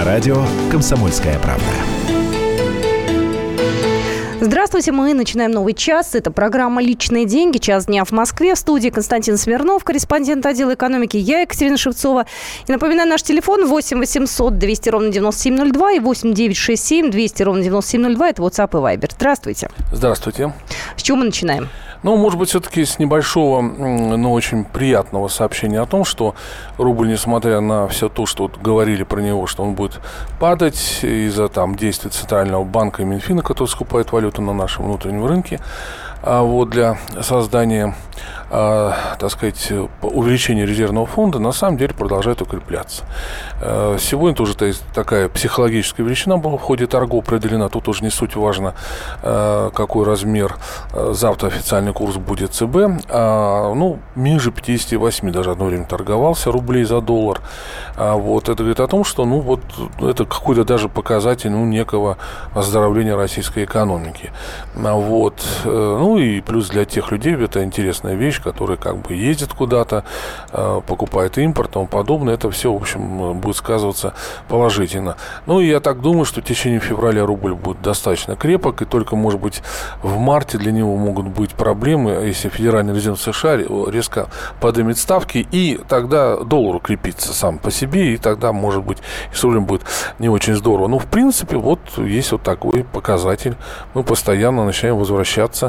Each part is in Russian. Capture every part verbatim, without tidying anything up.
радио «Комсомольская правда». Здравствуйте, мы начинаем новый час. Это программа «Личные деньги». Час дня в Москве. В студии Константин Смирнов, корреспондент отдела экономики. Я, Екатерина Шевцова. И напоминаю, наш телефон восемь восемьсот двести ровно девяносто семь ноль два и восемь девятьсот шестьдесят семь двести ровно девяносто семь ноль два. Это WhatsApp и Viber. Здравствуйте. Здравствуйте. С чего мы начинаем? Ну, может быть, все-таки с небольшого, но очень приятного сообщения о том, что рубль, несмотря на все то, что вот говорили про него, что он будет падать из-за там действий Центрального банка и Минфина, который скупает валюту на нашем внутреннем рынке, а вот для создания, а, так сказать, увеличения резервного фонда, на самом деле продолжает укрепляться. А, сегодня тоже такая психологическая величина была в ходе торгов определена. Тут уже не суть важно, а, какой размер а, завтра официальный курс будет ЦБ. А, ну, ниже пятьдесят восемь даже одно время торговался рублей за доллар. А, вот это говорит о том, что ну, вот, это какой-то даже показатель ну, некого оздоровления российской экономики. А, вот, ну, и плюс для тех людей это интересная вещь, которые как бы ездят куда-то, покупают импорт и тому подобное. Это все, в общем, будет сказываться положительно. Ну, и я так думаю, что в течение февраля рубль будет достаточно крепок, и только, может быть, в марте для него могут быть проблемы, если Федеральный резерв США резко поднимет ставки, и тогда доллар укрепится сам по себе, и тогда, может быть, и с рублем будет не очень здорово. Но, в принципе, вот есть вот такой показатель. Мы постоянно начинаем возвращаться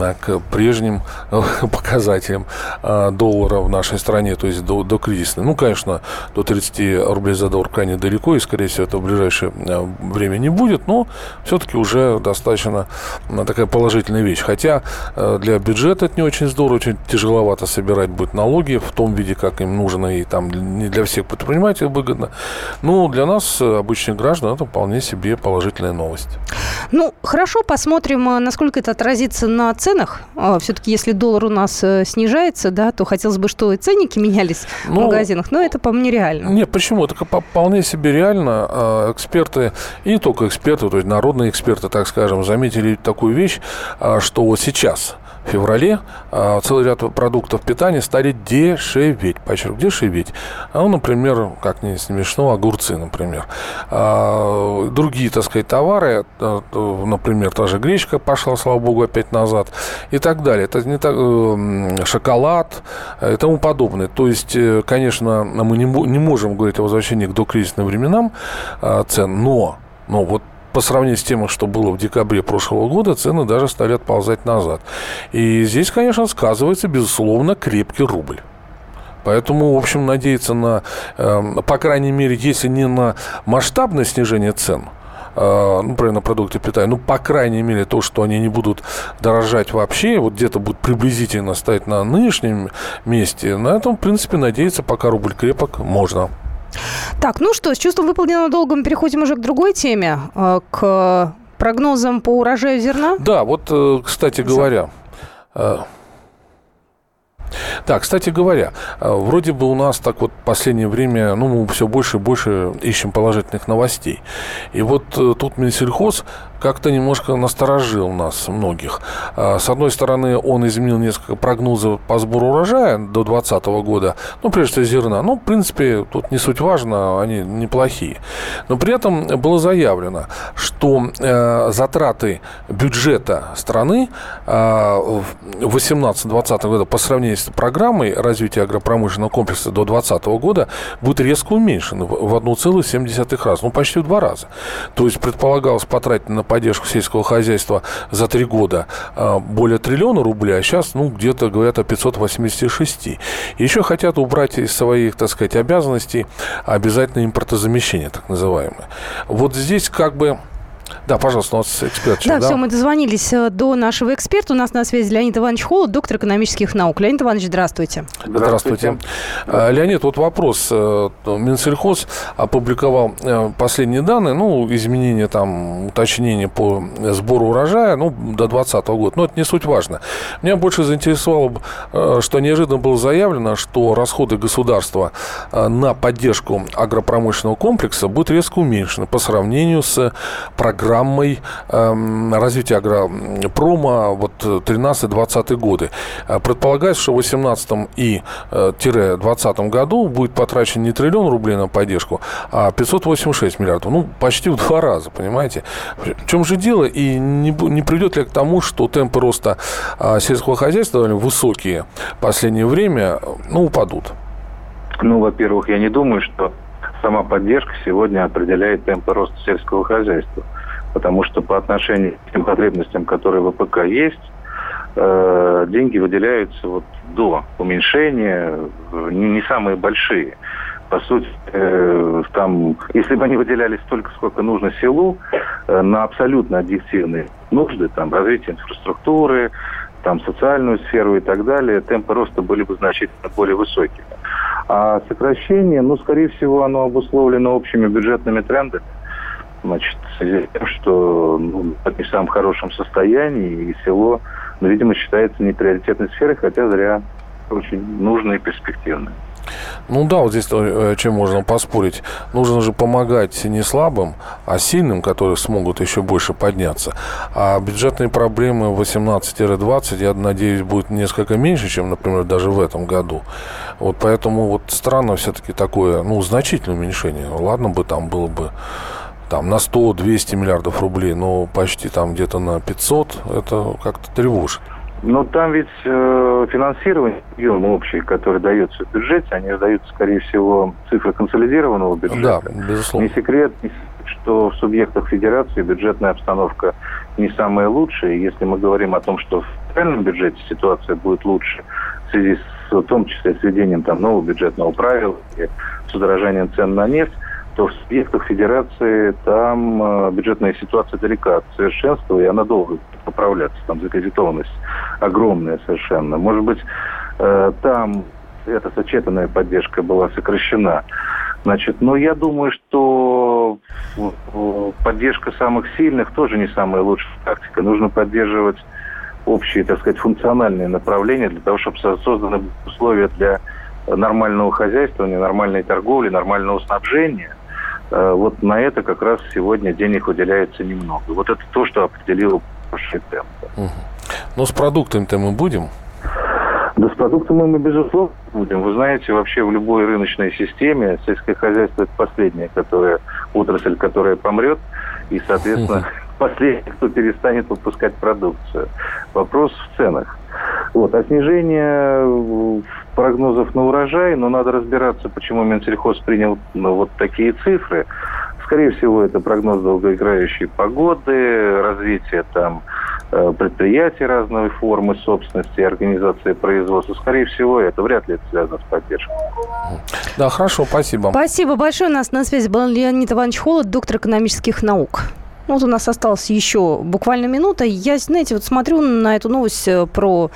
к прежним показателям доллара в нашей стране, то есть до, до кризисной. Ну, конечно, до тридцать рублей за доллар крайне далеко, и, скорее всего, это в ближайшее время не будет, но все-таки уже достаточно такая положительная вещь. Хотя для бюджета это не очень здорово, очень тяжеловато собирать будет налоги в том виде, как им нужно, и там не для всех предпринимателей выгодно. Но для нас, обычных граждан, это вполне себе положительная новость. Ну, хорошо, посмотрим, насколько это отразится на ценах. Все-таки, если доллар у нас снижается, да, то хотелось бы, что и ценники менялись ну, в магазинах, но это, по-моему, нереально. Нет, почему? Это вполне себе реально. Эксперты, и не только эксперты, то есть народные эксперты, так скажем, заметили такую вещь, что вот сейчас, в феврале, целый ряд продуктов питания стали дешеветь. Подчеркну, дешеветь. Ну, например, как не смешно, огурцы, например. Другие, так сказать, товары, например, та же гречка пошла, слава богу, опять назад, и так далее. Это не так, шоколад и тому подобное. То есть, конечно, мы не, не можем говорить о возвращении к докризисным временам цен, но, но вот по сравнению с тем, что было в декабре прошлого года, цены даже стали отползать назад. И здесь, конечно, сказывается, безусловно, крепкий рубль. Поэтому, в общем, надеяться на, по крайней мере, если не на масштабное снижение цен, ну, например, на продукты питания, ну, по крайней мере, то, что они не будут дорожать вообще, вот где-то будут приблизительно стоять на нынешнем месте, на этом, в принципе, надеяться, пока рубль крепок, можно. Так, ну что, с чувством выполненного долга мы переходим уже к другой теме, к прогнозам по урожаю зерна. Да, вот, кстати говоря... Да, кстати говоря, вроде бы у нас так вот в последнее время, ну, мы все больше и больше ищем положительных новостей. И вот тут Минсельхоз как-то немножко насторожил нас многих. С одной стороны, он изменил несколько прогнозов по сбору урожая до двадцатого года, ну, прежде всего, зерна. Ну, в принципе, тут не суть важно, они неплохие. Но при этом было заявлено, что э, затраты бюджета страны э, в восемнадцатом-двадцатом году по сравнению с программой развития агропромышленного комплекса до двадцатого года будут резко уменьшены в одна целая семь десятых раза, ну, почти в два раза. То есть предполагалось потратить на поддержку сельского хозяйства за три года более триллиона рублей, а сейчас, ну, где-то говорят о пятьсот восемьдесят шесть. И еще хотят убрать из своих, так сказать, обязанностей обязательное импортозамещение, так называемое. Вот здесь как бы... Да, пожалуйста, у нас эксперт. Да, да, все, мы дозвонились до нашего эксперта. У нас на связи Леонид Иванович Холод, доктор экономических наук. Леонид Иванович, здравствуйте. Здравствуйте. Здравствуйте. Леонид, вот вопрос. Минсельхоз опубликовал последние данные, ну, изменения, там, уточнения по сбору урожая, ну, до двадцатого года. Но это не суть важно. Меня больше заинтересовало, что неожиданно было заявлено, что расходы государства на поддержку агропромышленного комплекса будут резко уменьшены по сравнению с программой программой э, развития агропрома вот тринадцатый-двадцатый годы. Предполагается, что в восемнадцатом и двадцатом году будет потрачен не триллион рублей на поддержку, а пятьсот восемьдесят шесть миллиардов. Ну, почти в два раза, понимаете? В чем же дело? И не, не придет ли к тому, что темпы роста а, сельского хозяйства довольно высокие в последнее время, ну, упадут? Ну, во-первых, я не думаю, что сама поддержка сегодня определяет темпы роста сельского хозяйства. Потому что по отношению к тем потребностям, которые в ВПК есть, э, деньги выделяются вот до уменьшения, не, не самые большие. По сути, э, там, если бы они выделялись столько, сколько нужно селу, э, на абсолютно объективные нужды, там, развитие инфраструктуры, там, социальную сферу и так далее, темпы роста были бы значительно более высокими. А сокращение, ну, скорее всего, оно обусловлено общими бюджетными трендами. Значит, в связи с тем, что ну, это не в самом хорошем состоянии, и село, ну, видимо, считается не приоритетной сферой, хотя зря, очень нужной и перспективной. Ну да, вот здесь чем можно поспорить. Нужно же помогать не слабым, а сильным, которые смогут еще больше подняться. А бюджетные проблемы восемнадцать двадцать, я надеюсь, будет несколько меньше, чем, например, даже в этом году. Вот поэтому вот странно все-таки такое, ну, значительное уменьшение. Ладно бы там было бы там на сто-двести миллиардов рублей, но почти там где-то на пятьсот, это как-то тревожит. Но там ведь э, финансирование общее, которое дается в бюджете, они даются, скорее всего, цифры консолидированного бюджета. Да, безусловно. Не секрет, что в субъектах федерации бюджетная обстановка не самая лучшая. И если мы говорим о том, что в федеральном бюджете ситуация будет лучше, в связи с, в том числе с введением там, нового бюджетного правила и с удорожанием цен на нефть, то в субъектах федерации там э, бюджетная ситуация далека от совершенства, и она долго будет поправляться. Там закредитованность огромная совершенно. Может быть, э, там эта сочетанная поддержка была сокращена. Значит, но я думаю, что поддержка самых сильных тоже не самая лучшая тактика. Нужно поддерживать общие, так сказать, функциональные направления для того, чтобы созданы условия для нормального хозяйствования, нормальной торговли, нормального снабжения. Вот на это как раз сегодня денег выделяется немного. Вот это то, что определило хорошие темпы. Угу. Но с продуктами-то мы будем? Да, с продуктами мы, безусловно, будем. Вы знаете, вообще в любой рыночной системе сельское хозяйство – это последняя которая, отрасль, которая помрет. И, соответственно, угу. последний, кто перестанет выпускать продукцию. Вопрос в ценах. Вот. А снижение прогнозов на урожай, но надо разбираться, почему Минсельхоз принял ну, вот такие цифры. Скорее всего, это прогноз долгоиграющей погоды, развитие там предприятий разной формы собственности, организации производства. Скорее всего, это вряд ли это связано с поддержкой. Да, хорошо, спасибо. Спасибо большое. У нас на связи был Леонид Иванович Холод, доктор экономических наук. Ну, вот у нас осталась еще буквально минута. Я, знаете, вот смотрю на эту новость про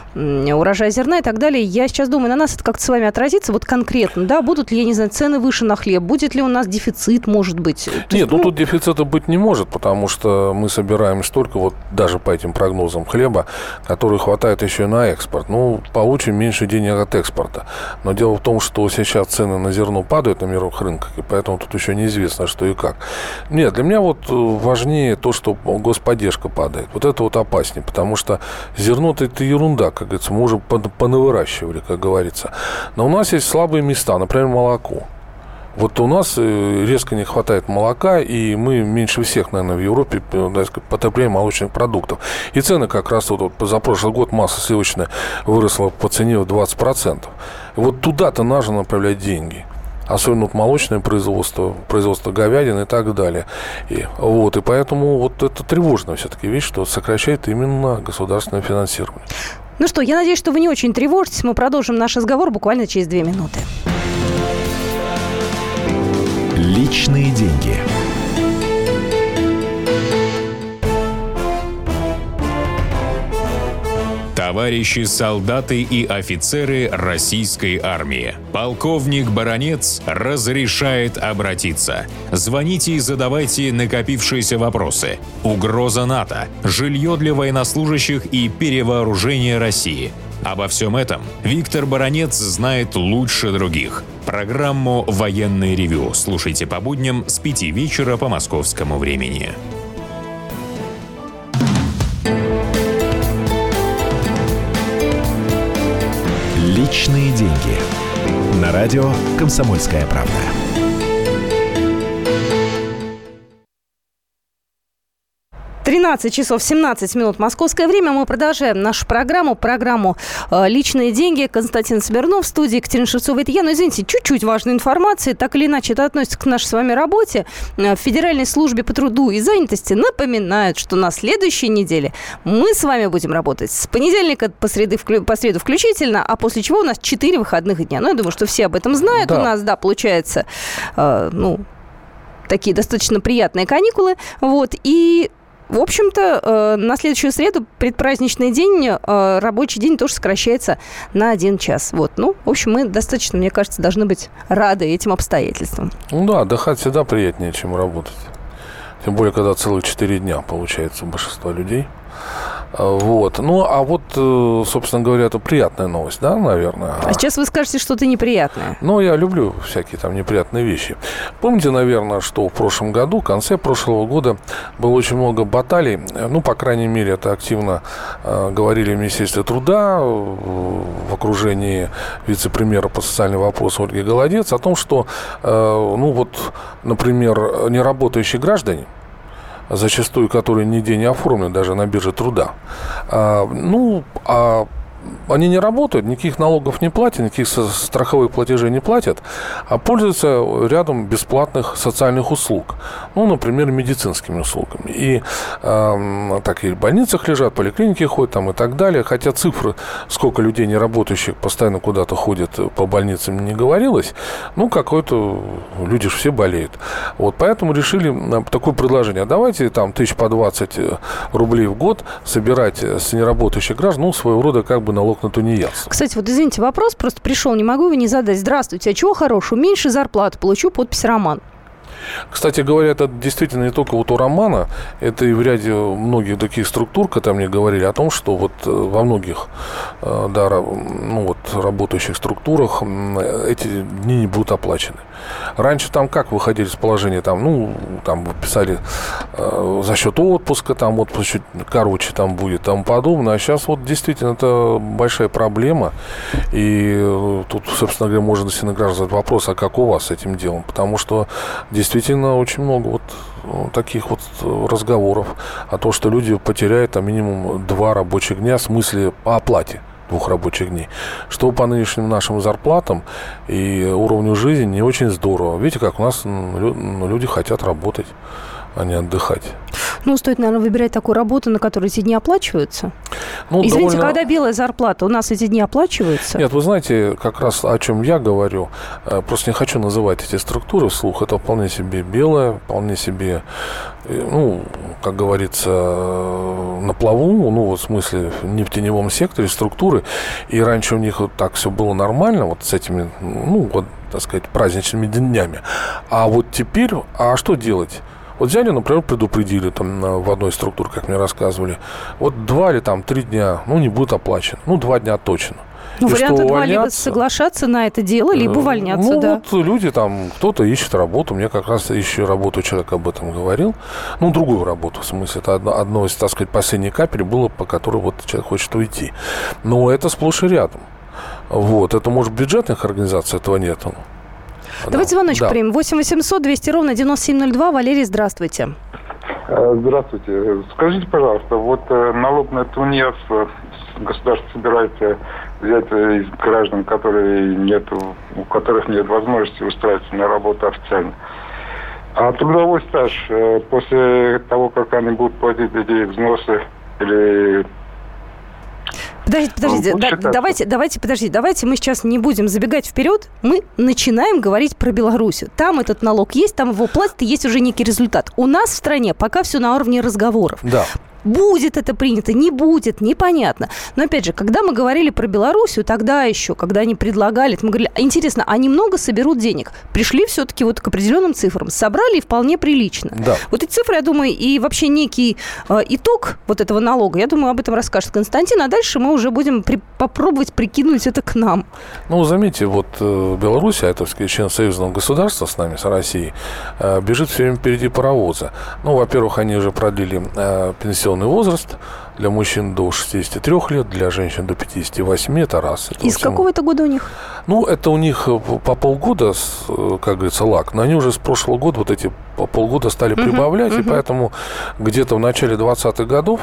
урожай зерна и так далее. Я сейчас думаю, на нас это как-то с вами отразится вот конкретно, да? Будут ли, я не знаю, цены выше на хлеб? Будет ли у нас дефицит, может быть? Нет, есть, ну, ну тут дефицита быть не может, потому что мы собираем столько, вот даже по этим прогнозам хлеба, который хватает еще и на экспорт. Ну, получим меньше денег от экспорта. Но дело в том, что сейчас цены на зерно падают на мировых рынках, и поэтому тут еще неизвестно, что и как. Нет, для меня вот важнее то, что господдержка падает. Вот это вот опаснее, потому что зерно-то это ерунда, как говорится, мы уже понавыращивали, как говорится. Но у нас есть слабые места, например, молоко. Вот у нас резко не хватает молока, и мы меньше всех, наверное, в Европе потребляем молочных продуктов. И цены как раз вот, вот за прошлый год масса сливочная выросла по цене в двадцать процентов. И вот туда-то нужно направлять деньги. Особенно вот молочное производство, производство говядины и так далее. И, вот, и поэтому вот это тревожная все-таки вещь, что сокращает именно государственное финансирование. Ну что, я надеюсь, что вы не очень тревожитесь. Мы продолжим наш разговор буквально через две минуты. Личные деньги. Товарищи солдаты и офицеры российской армии. Полковник Баранец разрешает обратиться. Звоните и задавайте накопившиеся вопросы. Угроза НАТО, жилье для военнослужащих и перевооружение России. Обо всем этом Виктор Баранец знает лучше других. Программу «Военное ревю» слушайте по будням с пяти вечера по московскому времени. Личные деньги. На радио «Комсомольская правда». тринадцать часов семнадцать минут московское время. Мы продолжаем нашу программу, программу э, «Личные деньги». Константин Смирнов в студии, Екатерина Шевцова. Это я, но извините, чуть-чуть важной информации. Так или иначе, это относится к нашей с вами работе. В Федеральной службе по труду и занятости напоминают, что на следующей неделе мы с вами будем работать с понедельника по, среды, по среду включительно, а после чего у нас четыре выходных дня. Ну, я думаю, что все об этом знают. Да. У нас, да, получается, э, ну, такие достаточно приятные каникулы. Вот, и... В общем-то, на следующую среду, предпраздничный день, рабочий день тоже сокращается на один час. Вот. Ну, в общем, мы достаточно, мне кажется, должны быть рады этим обстоятельствам. Ну да, отдыхать всегда приятнее, чем работать. Тем более, когда целых четыре дня получается у большинства людей. Вот. Ну, а вот, собственно говоря, это приятная новость, да, наверное. А сейчас вы скажете что-то неприятное. Ну, я люблю всякие там неприятные вещи. Помните, наверное, что в прошлом году, в конце прошлого года было очень много баталий. Ну, по крайней мере, это активно э, говорили в Министерстве труда э, в окружении вице-премьера по социальным вопросам Ольги Голодец о том, что, э, ну, вот, например, неработающие граждане, зачастую которые нигде не оформлены, даже на бирже труда. А, ну, а они не работают, никаких налогов не платят, никаких страховых платежей не платят, а пользуются рядом бесплатных социальных услуг. Ну, например, медицинскими услугами. И э, так и в больницах лежат, в поликлинике ходят там и так далее. Хотя цифры, сколько людей неработающих постоянно куда-то ходят по больницам, не говорилось. Ну, какой-то... Люди же все болеют. Вот, поэтому решили такое предложение. Давайте там тысяч по двадцать рублей в год собирать с неработающих граждан, ну, своего рода как бы налог на тунеядство. Кстати, вот извините, вопрос просто пришел, не могу его не задать. Здравствуйте, а чего хорошего? Меньше зарплаты получу, подпись «Роман». Кстати говоря, это действительно не только вот у Романа, это и в ряде многих таких структур, когда мне говорили о том, что вот во многих, да, ну вот работающих структурах эти дни не будут оплачены. Раньше там как выходили из положения, там, ну, там писали э, за счет отпуска, там отпуск чуть короче там будет, тому подобное, а сейчас вот действительно это большая проблема, и тут, собственно говоря, можно себе задать вопрос, а как у вас с этим делом, потому что действительно очень много вот таких вот разговоров о том, что люди потеряют там минимум два рабочих дня в смысле по оплате двух рабочих дней, что по нынешним нашим зарплатам и уровню жизни не очень здорово. Видите, как у нас люди хотят работать, а не отдыхать. Ну, стоит, наверное, выбирать такую работу, на которой эти дни оплачиваются. Ну, извините, довольно... когда белая зарплата, у нас эти дни оплачиваются? Нет, вы знаете, как раз о чем я говорю, просто не хочу называть эти структуры вслух, это вполне себе белое, вполне себе, ну, как говорится, на плаву, ну, вот в смысле в нефтяневом секторе структуры, и раньше у них вот так все было нормально, вот с этими, ну, вот, так сказать, праздничными днями, а вот теперь, а что делать? Вот взяли, например, предупредили там в одной структуре, как мне рассказывали, вот два или там три дня, ну, не будет оплачено. Ну, два дня точно. Ну, варианта два, либо соглашаться на это дело, либо увольняться, ну, да. Ну, вот люди там, кто-то ищет работу, мне как раз ищет работу, человек об этом говорил. Ну, другую работу, в смысле, это одно, одно из, так сказать, последних капель было, по которой вот человек хочет уйти. Но это сплошь и рядом. Вот, это, может, бюджетных организаций этого нету. Давайте звоночек да. примем. восемь восемьсот двести ровно девяносто семь ноль два. Валерий, здравствуйте. Здравствуйте. Скажите, пожалуйста, вот налог на тунеядство государство собирается взять из граждан, которые нет, у которых нет возможности устраиваться на работу официально. А трудовой стаж после того, как они будут платить эти взносы или... Подождите, подождите, да, давайте, давайте, подождите, давайте мы сейчас не будем забегать вперед, мы начинаем говорить про Белоруссию. Там этот налог есть, там его платят, и есть уже некий результат. У нас в стране пока все на уровне разговоров. Да. Будет это принято, не будет, непонятно. Но, опять же, когда мы говорили про Белоруссию, тогда еще, когда они предлагали, мы говорили, интересно, они много соберут денег? Пришли все-таки вот к определенным цифрам, собрали и вполне прилично. Да. Вот эти цифры, я думаю, и вообще некий э, итог вот этого налога, я думаю, об этом расскажет Константин, а дальше мы уже будем при, попробовать прикинуть это к нам. Ну, заметьте, вот э, Белоруссия, это, так сказать, член союзного государства с нами, с Россией, э, бежит все время впереди паровоза. Ну, во-первых, они уже продлили э, пенсионный возраст, для мужчин до шестидесяти трёх лет, для женщин до пятидесяти восьми, это раз. Это Из какого это года у них? Ну, это у них по полгода, как говорится, лак. Но они уже с прошлого года вот эти по полгода стали uh-huh, прибавлять, uh-huh. и поэтому где-то в начале двадцатых годов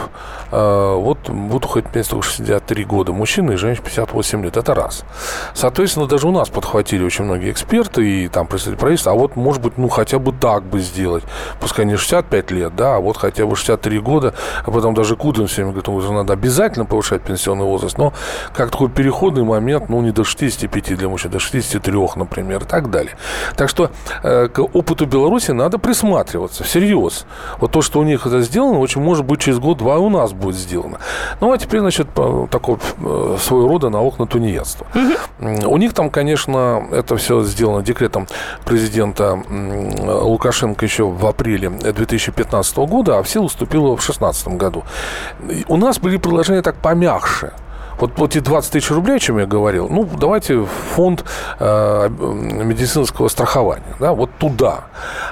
э, вот будут хоть вместо шестьдесят три года мужчины и женщины пятьдесят восемь лет. Это раз. Соответственно, даже у нас подхватили очень многие эксперты и там представители правительства, а вот, может быть, ну, хотя бы так бы сделать. Пускай не шестьдесят пять лет, да, а вот хотя бы шестьдесят три года, а потом даже Кудрин все время говорит, что надо обязательно повышать пенсионный возраст, но как такой переходный момент, ну, не до шестидесяти пяти для мужчин, до шестидесяти трёх, например, и так далее. Так что э, к опыту Беларуси надо присматриваться, всерьез. Вот то, что у них это сделано, очень может быть через год-два и у нас будет сделано. Ну, а теперь, значит, такой своего рода налог на тунеядство. Mm-hmm. У них там, конечно, это все сделано декретом президента Лукашенко еще в апреле две тысячи пятнадцатого года, а в силу вступило в две тысячи шестнадцатом году. У нас были предложения так помягче. Вот, вот эти двадцать тысяч рублей, о чем я говорил, ну, давайте в фонд э, медицинского страхования, да, вот туда.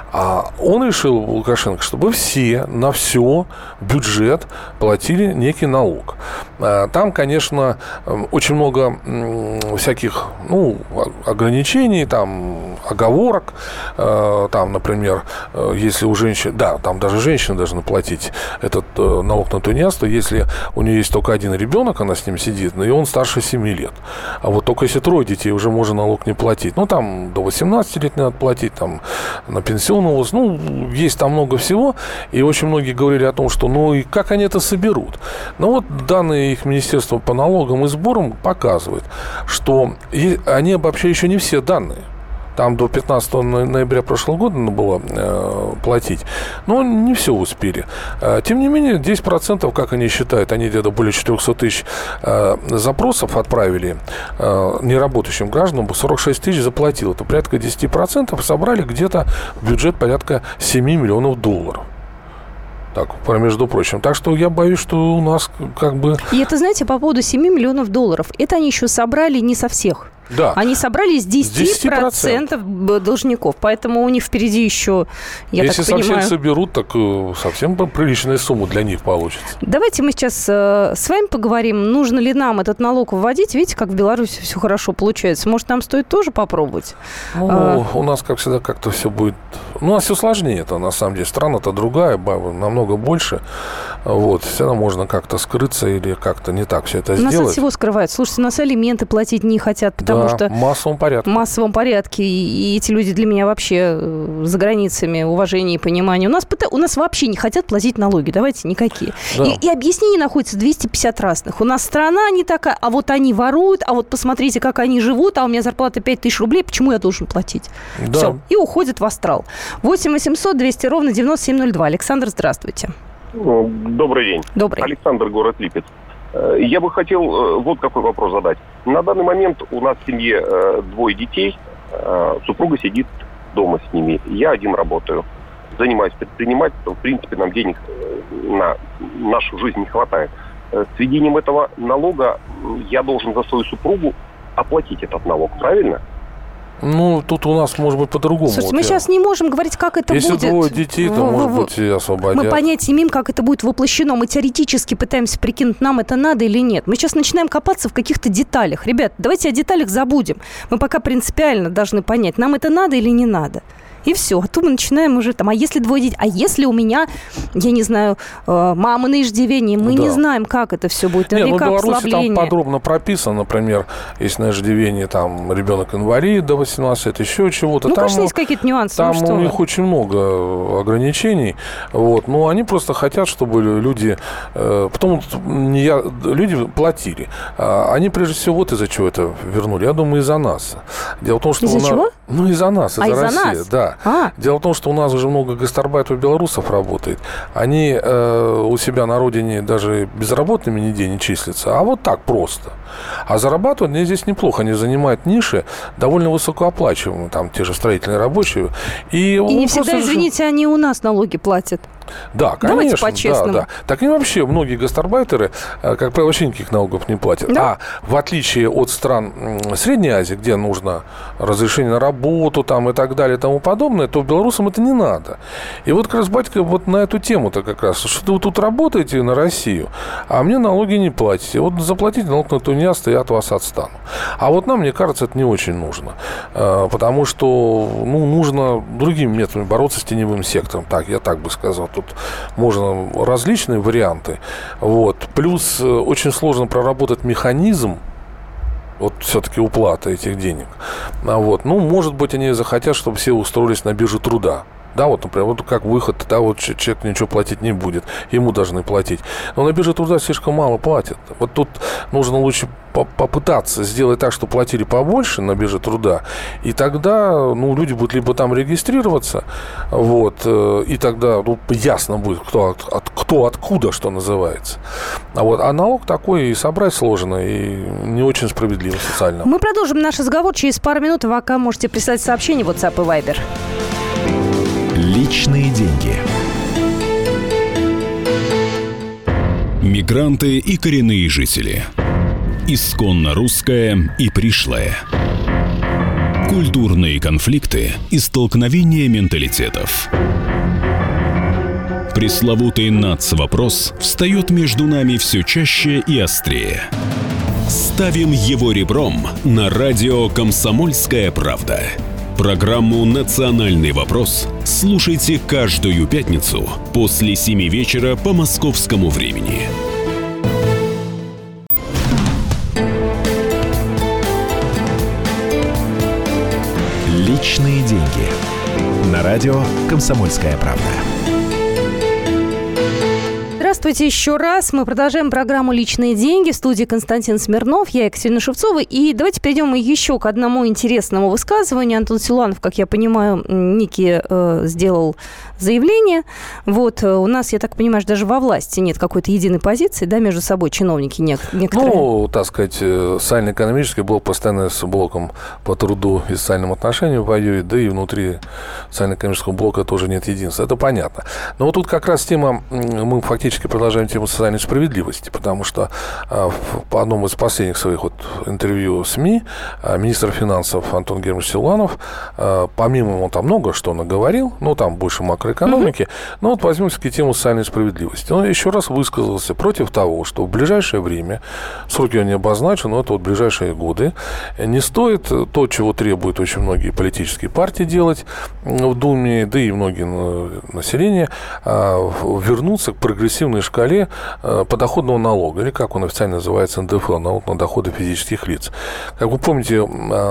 А он решил, Лукашенко, чтобы все на все бюджет платили некий налог. А там, конечно, очень много всяких, ну, ограничений, там, оговорок. Там, например, если у женщин, да, там даже женщины должны платить этот налог на тунеядство, если у нее есть только один ребенок, она с ним сидит, и он старше семи лет. А вот только если трое детей, уже можно налог не платить. Ну, там до восемнадцати лет надо платить, там, на пенсионный возраст. Ну, есть там много всего. И очень многие говорили о том, что, ну, и как они это соберут? Ну, вот данные их Министерства по налогам и сборам показывают, что они обобщали еще не все данные. Там до пятнадцатого ноября прошлого года надо было э, платить. Но не все успели. Э, тем не менее, десять процентов, как они считают, они где-то более четыреста тысяч э, запросов отправили э, неработающим гражданам, сорок шесть тысяч заплатил. Это порядка десять процентов, собрали где-то в бюджет порядка семь миллионов долларов. Так, между прочим. Так что я боюсь, что у нас как бы... И это, знаете, по поводу семи миллионов долларов. Это они еще собрали не со всех. Да. Они собрали с десяти процентов должников, поэтому у них впереди еще, я Если так понимаю... Если совсем соберут, так совсем приличная сумма для них получится. Давайте мы сейчас э, с вами поговорим, нужно ли нам этот налог вводить. Видите, как в Беларуси все хорошо получается. Может, нам стоит тоже попробовать? Ну, а... у нас, как всегда, как-то все будет... Ну, у нас все сложнее это, на самом деле. Страна-то другая, намного больше. Вот. Всегда можно как-то скрыться или как-то не так все это сделать. Нас от всего скрывают. Слушайте, нас алименты платить не хотят, потому да, что... в массовом порядке. В массовом порядке. И, и эти люди для меня вообще за границами уважения и понимания. У нас, у нас вообще не хотят платить налоги. Давайте никакие. Да. И, и объяснений находится двести пятьдесят разных. У нас страна не такая, а вот они воруют, а вот посмотрите, как они живут, а у меня зарплата пять тысяч рублей, почему я должен платить? Да. Все. И уходят в астрал. восемь восемьсот двести ровно девяносто семь ноль два. Александр, здравствуйте. Добрый день. Добрый. Александр, город Липецк. Я бы хотел вот какой вопрос задать. На данный момент у нас в семье двое детей. Супруга сидит дома с ними. Я один работаю. Занимаюсь предпринимательством. В принципе, нам денег на нашу жизнь не хватает. С введением этого налога я должен за свою супругу оплатить этот налог. Правильно? Ну, тут у нас, может быть, по-другому. Слушайте, вот мы я... сейчас не можем говорить, как это Если будет. Если двое детей, то, в, может в, быть, и освободят. Мы понятия имеем, как это будет воплощено. Мы теоретически пытаемся прикинуть, нам это надо или нет. Мы сейчас начинаем копаться в каких-то деталях. Ребят, давайте о деталях забудем. Мы пока принципиально должны понять, нам это надо или не надо. И все. А то мы начинаем уже там, а если двое детей, а если у меня, я не знаю, мама на иждивении, мы да. не знаем, как это все будет. Нет, ну, в Беларуси ослабление. Там подробно прописано, например, если на иждивении там ребенок инвалид до восемнадцати лет, еще чего-то. Ну, там, конечно, есть какие-то нюансы. Там ну, у них очень много ограничений. Вот. Но они просто хотят, чтобы люди... Э, потом не я, люди платили. А они, прежде всего, вот из-за чего это вернули. Я думаю, из-за нас. Дело в том, что из-за нас... чего? Ну, из-за нас, из-за а, России. Из-за нас? Да. А. Дело в том, что у нас уже много гастарбайтеров белорусов работает. Они э, у себя на родине даже безработными нигде не числятся, а вот так просто. А зарабатывают они здесь неплохо. Они занимают ниши довольно высокооплачиваемые, там те же строительные рабочие. И, И не всегда, извините, они у нас налоги платят. Да, конечно. Давайте по-честному. Да, да. Так и вообще многие гастарбайтеры, как правило, вообще никаких налогов не платят. Да? А в отличие от стран Средней Азии, где нужно разрешение на работу там, и так далее и тому подобное, то белорусам это не надо. И вот как раз батька вот на эту тему-то как раз, что вы тут работаете на Россию, а мне налоги не платите. Вот заплатите налог на тунеаст, и я от вас отстану. А вот нам, мне кажется, это не очень нужно. Потому что ну, нужно другими методами бороться с теневым сектором. Так, я так бы сказал. Тут можно различные варианты. Вот. Плюс очень сложно проработать механизм вот все-таки уплаты этих денег. Вот. Ну, может быть, они захотят, чтобы все устроились на бирже труда. Да, вот, например, вот как выход, да, вот человек ничего платить не будет, ему должны платить. Но на бирже труда слишком мало платят. Вот тут нужно лучше попытаться сделать так, чтобы платили побольше на бирже труда, и тогда, ну, люди будут либо там регистрироваться, вот, и тогда, ну, ясно будет, кто, от, от, кто откуда, что называется. А, вот, а налог такой и собрать сложно, и не очень справедливо социально. Мы продолжим наш разговор через пару минут. Вы пока можете прислать сообщение в WhatsApp и Viber. Личные деньги. Мигранты и коренные жители. Исконно русское и пришлое. Культурные конфликты и столкновения менталитетов. Пресловутый нацвопрос встает между нами все чаще и острее. Ставим его ребром на радио «Комсомольская правда». Программу «Национальный вопрос» слушайте каждую пятницу после семи вечера по московскому времени. Личные деньги. На радио «Комсомольская правда». Здравствуйте еще раз. Мы продолжаем программу «Личные деньги». В студии Константин Смирнов, я Екатерина Шевцова. И давайте перейдем еще к одному интересному высказыванию. Антон Силуанов, как я понимаю, некий э, сделал заявление. Вот, у нас, я так понимаю, даже во власти нет какой-то единой позиции, да, между собой чиновники некоторые. Ну, так сказать, социально-экономический блок постоянно с блоком по труду и социальным отношениям воюет, да и внутри социально-экономического блока тоже нет единства. Это понятно. Но вот тут как раз тема, мы фактически продолжаем тему социальной справедливости, потому что по одному из последних своих вот интервью СМИ министр финансов Антон Германович Силуанов, помимо, он там много что наговорил, ну, там больше макроэкономики, mm-hmm. но вот возьмем все-таки тему социальной справедливости. Он еще раз высказался против того, что в ближайшее время, сроки он не обозначил, но это вот ближайшие годы, не стоит то, чего требуют очень многие политические партии делать в Думе, да и многие населения, вернуться к прогрессивной шкале подоходного налога, или как он официально называется, эн дэ эф, налог на доходы физических лиц. Как вы помните,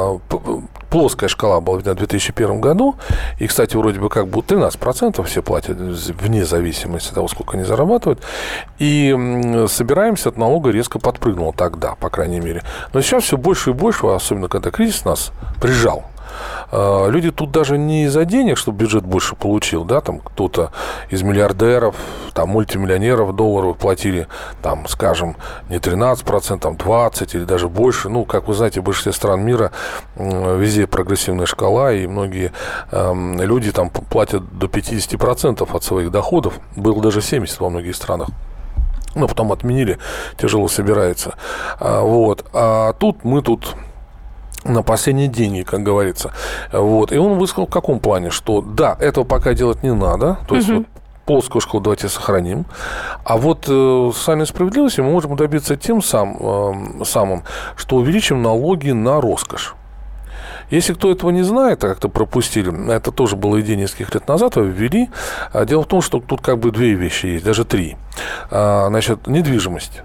плоская шкала была в две тысячи первом году, и, кстати, вроде бы как бы тринадцать процентов все платят вне зависимости от того, сколько они зарабатывают, и собираемся от налога резко подпрыгнуло тогда, по крайней мере. Но сейчас все больше и больше, особенно когда кризис нас прижал, люди тут даже не из-за денег, чтобы бюджет больше получил, да, там кто-то из миллиардеров, там мультимиллионеров долларов платили, там, скажем, не тринадцать процентов, там двадцать или даже больше. Ну, как вы знаете, в большинстве стран мира везде прогрессивная шкала, и многие э, люди там платят до пятьдесят процентов от своих доходов. Было даже семьдесят процентов во многих странах. Но потом отменили, тяжело собирается. А, вот. А тут мы тут на последние деньги, как говорится. Вот. И он высказал в каком плане, что да, этого пока делать не надо, то есть вот плоскую школу давайте сохраним, а вот э, социальной справедливости мы можем добиться тем сам, э, самым, что увеличим налоги на роскошь. Если кто этого не знает, а как-то пропустили, это тоже была идея нескольких лет назад, ввели. Дело в том, что тут как бы две вещи есть, даже три. Значит, недвижимость.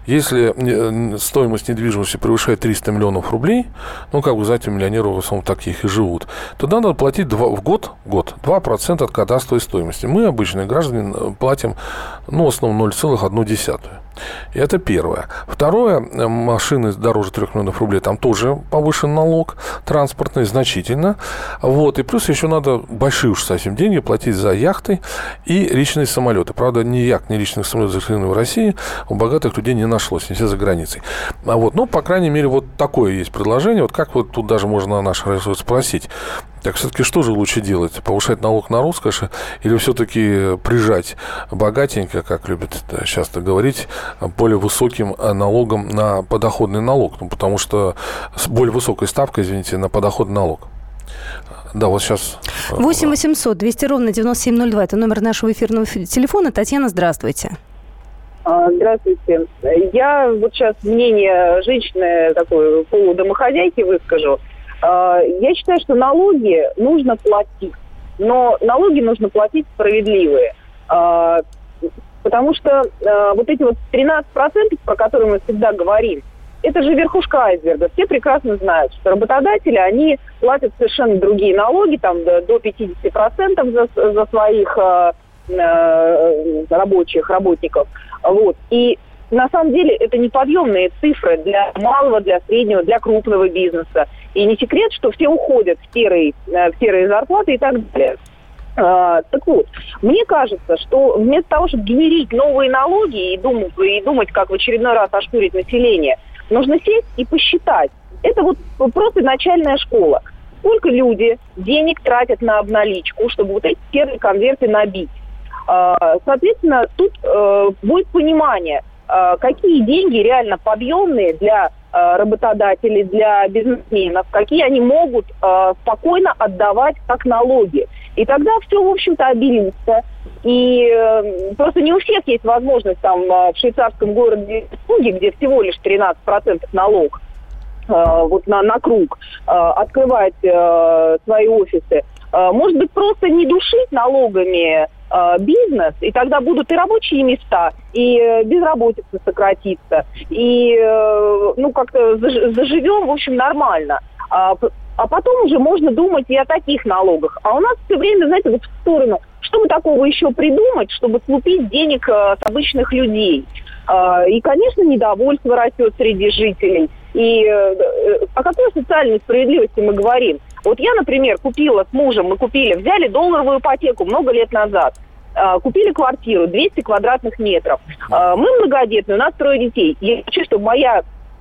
Если стоимость недвижимости превышает триста миллионов рублей, ну, как вы знаете, миллионеры в основном таких и живут, то надо платить два, в год, год два процента от кадастровой стоимости. Мы, обычные граждане, платим, ну, в основном ноль целых одна десятая. И это первое. Второе, машины дороже трех миллионов рублей, там тоже повышен налог транспортный значительно. Вот. И плюс еще надо большие уж совсем деньги платить за яхты и личные самолеты. Правда, ни яхт, ни личных самолетов закреплены в России у богатых людей не нашлось, не все за границей. А вот, ну, по крайней мере, вот такое есть предложение. Вот как вот тут даже можно наш ресурс спросить. Так все-таки что же лучше делать? Повышать налог на роскошь или все-таки прижать богатенько, как любят часто говорить, более высоким налогом на подоходный налог? Ну, потому что с более высокой ставкой, извините, на подоходный налог. Да, вот сейчас... восемь восемьсот двести ровно девяносто семь ноль два. Это номер нашего эфирного телефона. Татьяна, здравствуйте. Здравствуйте. Я вот сейчас мнение женщины, такой полудомохозяйки выскажу. Я считаю, что налоги нужно платить. Но налоги нужно платить справедливые. Потому что вот эти вот тринадцать процентов, про которые мы всегда говорим, это же верхушка айсберга. Все прекрасно знают, что работодатели, они платят совершенно другие налоги, там до, до пятьдесят процентов за, за своих э, э, рабочих, работников. Вот. И на самом деле это неподъемные цифры для малого, для среднего, для крупного бизнеса. И не секрет, что все уходят в серые, в серые зарплаты и так далее. А, так вот, мне кажется, что вместо того, чтобы генерить новые налоги и думать, и думать, как в очередной раз ошкурить население, нужно сесть и посчитать. Это вот просто начальная школа. Сколько люди денег тратят на обналичку, чтобы вот эти первые конверты набить? Соответственно, тут будет понимание, какие деньги реально подъемные для работодателей, для бизнесменов, какие они могут спокойно отдавать как налоги. И тогда все, в общем-то, обелится. И э, просто не у всех есть возможность там в швейцарском городе, где всего лишь тринадцать процентов налог э, вот на, на круг, э, открывать э, свои офисы. Э, может быть, просто не душить налогами э, бизнес, и тогда будут и рабочие места, и э, безработица сократится, и э, ну как-то заживем, в общем, нормально. А, а потом уже можно думать и о таких налогах. А у нас все время, знаете, вот в сторону, чтобы такого еще придумать, чтобы слупить денег э, с обычных людей. Э, и, конечно, недовольство растет среди жителей. И э, о какой социальной справедливости мы говорим? Вот я, например, купила с мужем, мы купили, взяли долларовую ипотеку много лет назад. Э, купили квартиру двести квадратных метров. Э, мы многодетные, у нас трое детей. Я хочу, чтобы моя...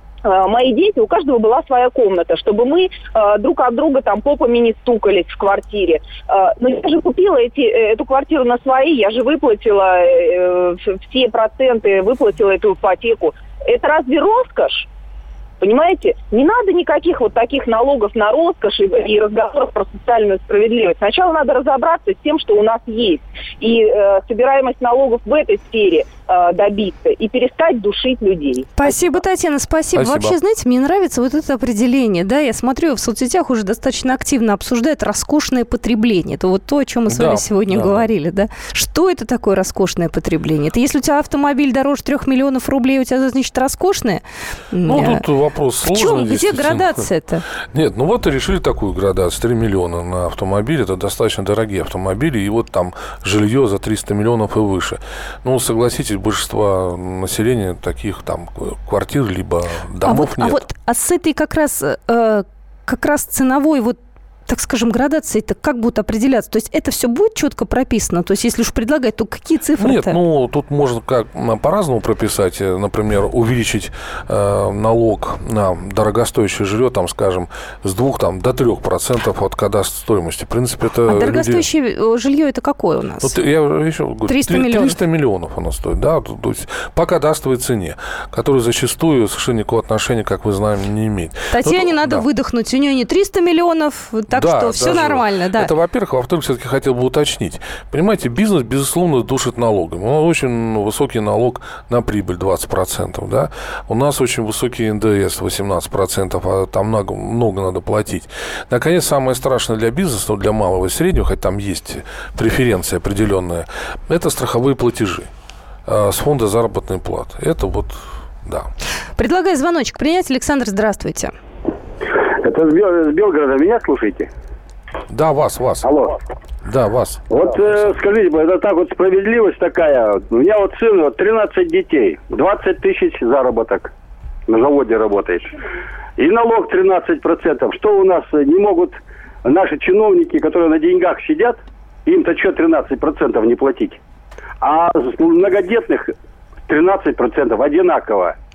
Мои дети, у каждого была своя комната, чтобы мы э, друг от друга там попами не стукались в квартире. Э, но я же купила эти, эту квартиру на свои, я же выплатила э, все проценты, выплатила эту ипотеку. Это разве роскошь? Понимаете? Не надо никаких вот таких налогов на роскошь и, и разговоров про социальную справедливость. Сначала надо разобраться с тем, что у нас есть. И э, собираемость налогов в этой сфере э, добиться. И перестать душить людей. Спасибо, Татьяна, спасибо. спасибо. Вообще, знаете, мне нравится вот это определение. Да, я смотрю, в соцсетях уже достаточно активно обсуждают роскошное потребление. Это вот то, о чем мы с вами да, сегодня да. говорили. Да? Что это такое роскошное потребление? Это если у тебя автомобиль дороже трех миллионов рублей, у тебя, значит, роскошное? Ну, тут вопрос сложный. В чем? Где градация-то? Нет, ну вот и решили такую градацию. три миллиона на автомобиль. Это достаточно дорогие автомобили. И вот там жилье за триста миллионов и выше. Ну, согласитесь, большинство населения таких там квартир либо домов а вот, нет. А вот а с этой как раз, э, как раз ценовой вот так скажем, градации-то как будут определяться? То есть это все будет четко прописано? То есть если уж предлагать, то какие цифры-то? Нет, ну, тут можно как по-разному прописать. Например, увеличить э, налог на дорогостоящее жилье, там, скажем, с двух там, до трех процентов от кадастровой стоимости. В принципе, это... А дорогостоящее люди... жилье это какое у нас? Вот я еще говорю, триста миллионов. триста миллионов оно стоит, да, то есть по кадастровой цене, которая зачастую совершенно никакого отношения, как вы знаем, не имеет. Татьяне Но, надо да. выдохнуть. У нее не триста миллионов, так да, что все нормально, да. Это, во-первых. Во-вторых, все-таки хотел бы уточнить. Понимаете, бизнес, безусловно, душит налогом. У нас очень высокий налог на прибыль, двадцать процентов, да. У нас очень высокий эн дэ эс, восемнадцать процентов, а там много, много надо платить. Наконец, самое страшное для бизнеса, для малого и среднего, хоть там есть преференция определенная, это страховые платежи с фонда заработной платы. Это вот, да. Предлагаю звоночек принять. Александр, здравствуйте. Это с, Бел... с Белгорода. Меня слушаете? Да, вас, вас. Алло. Да, вас. Вот э, скажите, это так вот справедливость такая. У меня вот сын, вот тринадцать детей, двадцать тысяч заработок. На заводе работает. И налог тринадцать процентов. Что у нас не могут наши чиновники, которые на деньгах сидят, им-то что тринадцать процентов не платить? А с многодетных тринадцать процентов одинаково.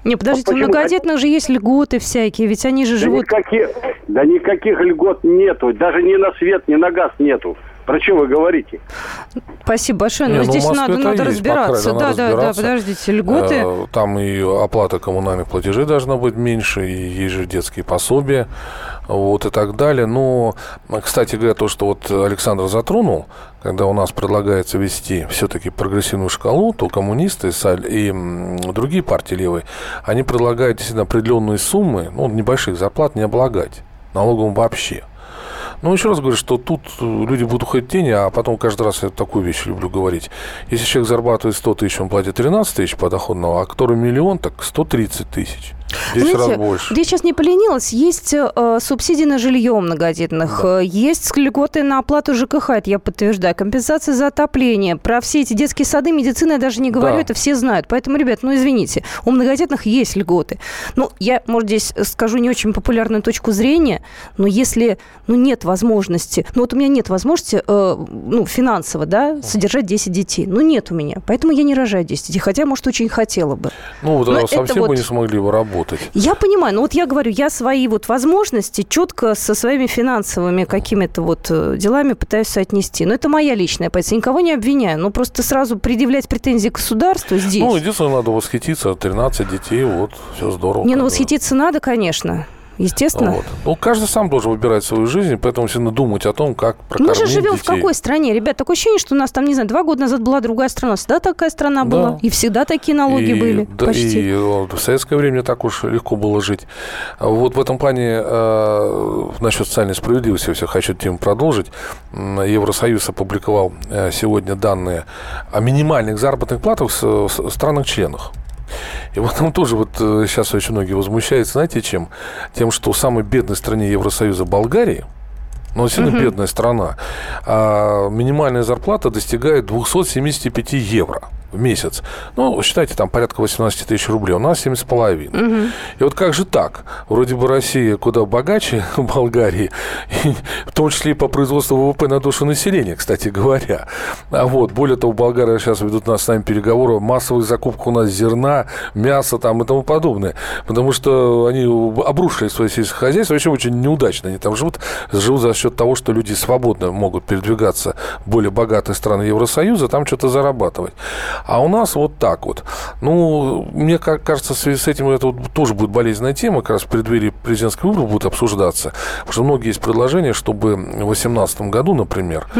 Не, подождите, Вот у многодетных же есть льготы всякие, ведь они же да живут... Никаких, да никаких льгот нету, даже ни на свет, ни на газ нету. Про что вы говорите? Спасибо большое. Но Не, ну, здесь надо, надо есть, разбираться. крайней, да, надо да, разбираться. да, подождите, льготы. Там и оплата коммунальных платежей должна быть меньше, и есть же детские пособия, вот, и так далее. Но, кстати говоря, то, что вот Александр затронул, когда у нас предлагается ввести все-таки прогрессивную шкалу, то коммунисты и другие партии левые, они предлагают действительно определенные суммы, ну, небольших зарплат не облагать налогом вообще. Ну, еще раз говорю, что тут люди будут уходить в тени, а потом каждый раз я такую вещь люблю говорить. Если человек зарабатывает сто тысяч, он платит тринадцать тысяч подоходного, а который миллион, так сто тридцать тысяч. десять раз больше. Я сейчас не поленилась. Есть э, субсидии на жилье многодетных, да. Есть льготы на оплату ЖКХ, это я подтверждаю, компенсация за отопление. Про все эти детские сады, медицина я даже не говорю, да. Это все знают. Поэтому, ребят, ну, извините, у многодетных есть льготы. Ну, я, может, здесь скажу не очень популярную точку зрения, но если, ну, нет возможности, ну, вот у меня нет возможности, э, ну, финансово, да, содержать десять детей. Ну, нет у меня. Поэтому я не рожаю десять детей, хотя, может, очень хотела бы. Ну, вот но совсем вот... бы не смогли бы работать. Я понимаю, но вот я говорю, я свои вот возможности четко со своими финансовыми какими-то вот делами пытаюсь соотнести. Но это моя личная позиция, никого не обвиняю. Но просто сразу предъявлять претензии к государству здесь... Ну, единственное, надо восхититься, тринадцать детей, вот, все здорово. Не, ну восхититься надо, конечно. Естественно. Вот. Ну, каждый сам должен выбирать свою жизнь, поэтому всегда думать о том, как прокормить детей. Мы же живем детей. В какой стране? Ребят, такое ощущение, что у нас там, не знаю, два года назад была другая страна. Всегда такая страна да. была. И всегда такие налоги и, были. Да, почти. И вот, в советское время так уж легко было жить. Вот в этом плане э, насчет социальной справедливости, я хочу эту тему продолжить. Евросоюз опубликовал э, сегодня данные о минимальных заработных платах в, в странах-членах. И вот там тоже вот сейчас очень многие возмущаются, знаете, чем? Тем, что в самой бедной стране Евросоюза Болгарии, ну, сильно uh-huh. бедная страна, а минимальная зарплата достигает двести семьдесят пять евро в месяц. Ну, считайте, там порядка восемнадцать тысяч рублей. У нас семь с половиной. Uh-huh. И вот как же так? Вроде бы Россия куда богаче Болгарии, в том числе и по производству ВВП на душу населения, кстати говоря. А вот, более того, болгары сейчас ведут нас с нами переговоры о массовых закупках у нас зерна, мяса там и тому подобное. Потому что они обрушили свое сельское хозяйство, вообще очень неудачно. Они там живут, живут за счет того, что люди свободно могут передвигаться в более богатые страны Евросоюза, там что-то зарабатывать. А у нас вот так вот. Ну, мне кажется, в связи с этим это тоже будет болезненная тема, как раз в преддверии президентских выборов будет обсуждаться. Потому что многие есть предложения, чтобы в две тысячи восемнадцатом году, например,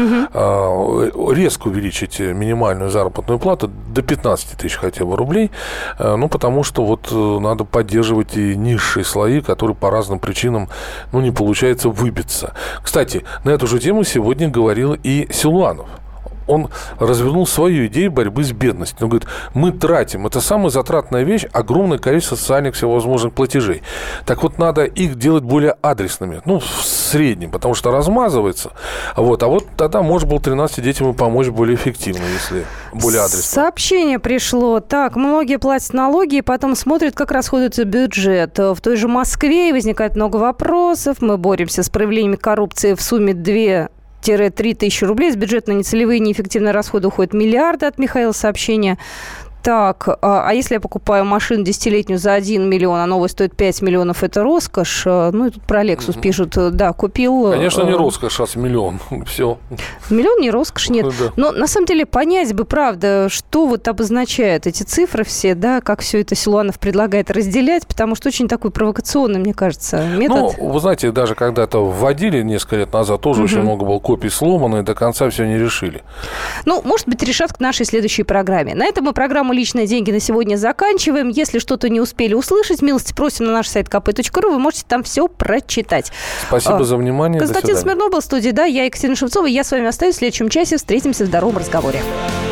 угу. резко увеличить минимальную заработную плату до пятнадцать тысяч хотя бы рублей. Ну, потому что вот надо поддерживать и низшие слои, которые по разным причинам, ну, не получается выбиться. Кстати, на эту же тему сегодня говорил и Силуанов. Он развернул свою идею борьбы с бедностью. Он говорит, мы тратим, это самая затратная вещь, огромное количество социальных всевозможных платежей. Так вот, надо их делать более адресными, ну, в среднем, потому что размазывается. Вот. А вот тогда можно было тринадцати детям помочь более эффективно, если более адресно. Сообщение пришло. Так, многие платят налоги и потом смотрят, как расходуется бюджет. В той же Москве возникает много вопросов. Мы боремся с проявлениями коррупции в сумме две три тысячи рублей. С бюджета на нецелевые неэффективные расходы уходят миллиарды, от Михаила сообщения. Так, а, а если я покупаю машину десятилетнюю за один миллион, а новая стоит пять миллионов, это роскошь? Ну, и тут про Lexus mm-hmm. пишут. Да, купил... Конечно, не роскошь, а с миллион. Все. Миллион не роскошь, нет. Да. Но, на самом деле, понять бы, правда, что вот обозначают эти цифры все, да, как все это Силуанов предлагает разделять, потому что очень такой провокационный, мне кажется, метод. Ну, вы знаете, даже когда это вводили несколько лет назад, тоже mm-hmm. очень много было копий сломано, и до конца все не решили. Ну, может быть, решат к нашей следующей программе. На этом мы программу «Личные деньги» на сегодня заканчиваем. Если что-то не успели услышать, милости просим на наш сайт ка пэ точка ру. Вы можете там все прочитать. Спасибо а, за внимание. Константин Смирнов был в студии. Да, я Екатерина Шевцова. Я с вами остаюсь. В следующем часе встретимся в здоровом разговоре.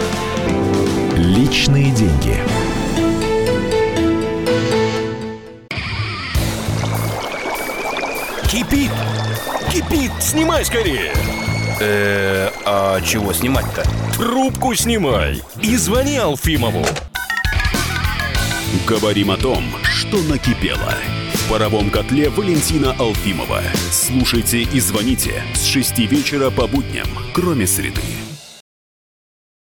Личные деньги. Кипит! Кипит! Снимай скорее! Э, а чего снимать-то? Трубку снимай и звони Алфимову. Говорим о том, что накипело. В паровом котле Валентина Алфимова. Слушайте и звоните с шести вечера по будням, кроме среды.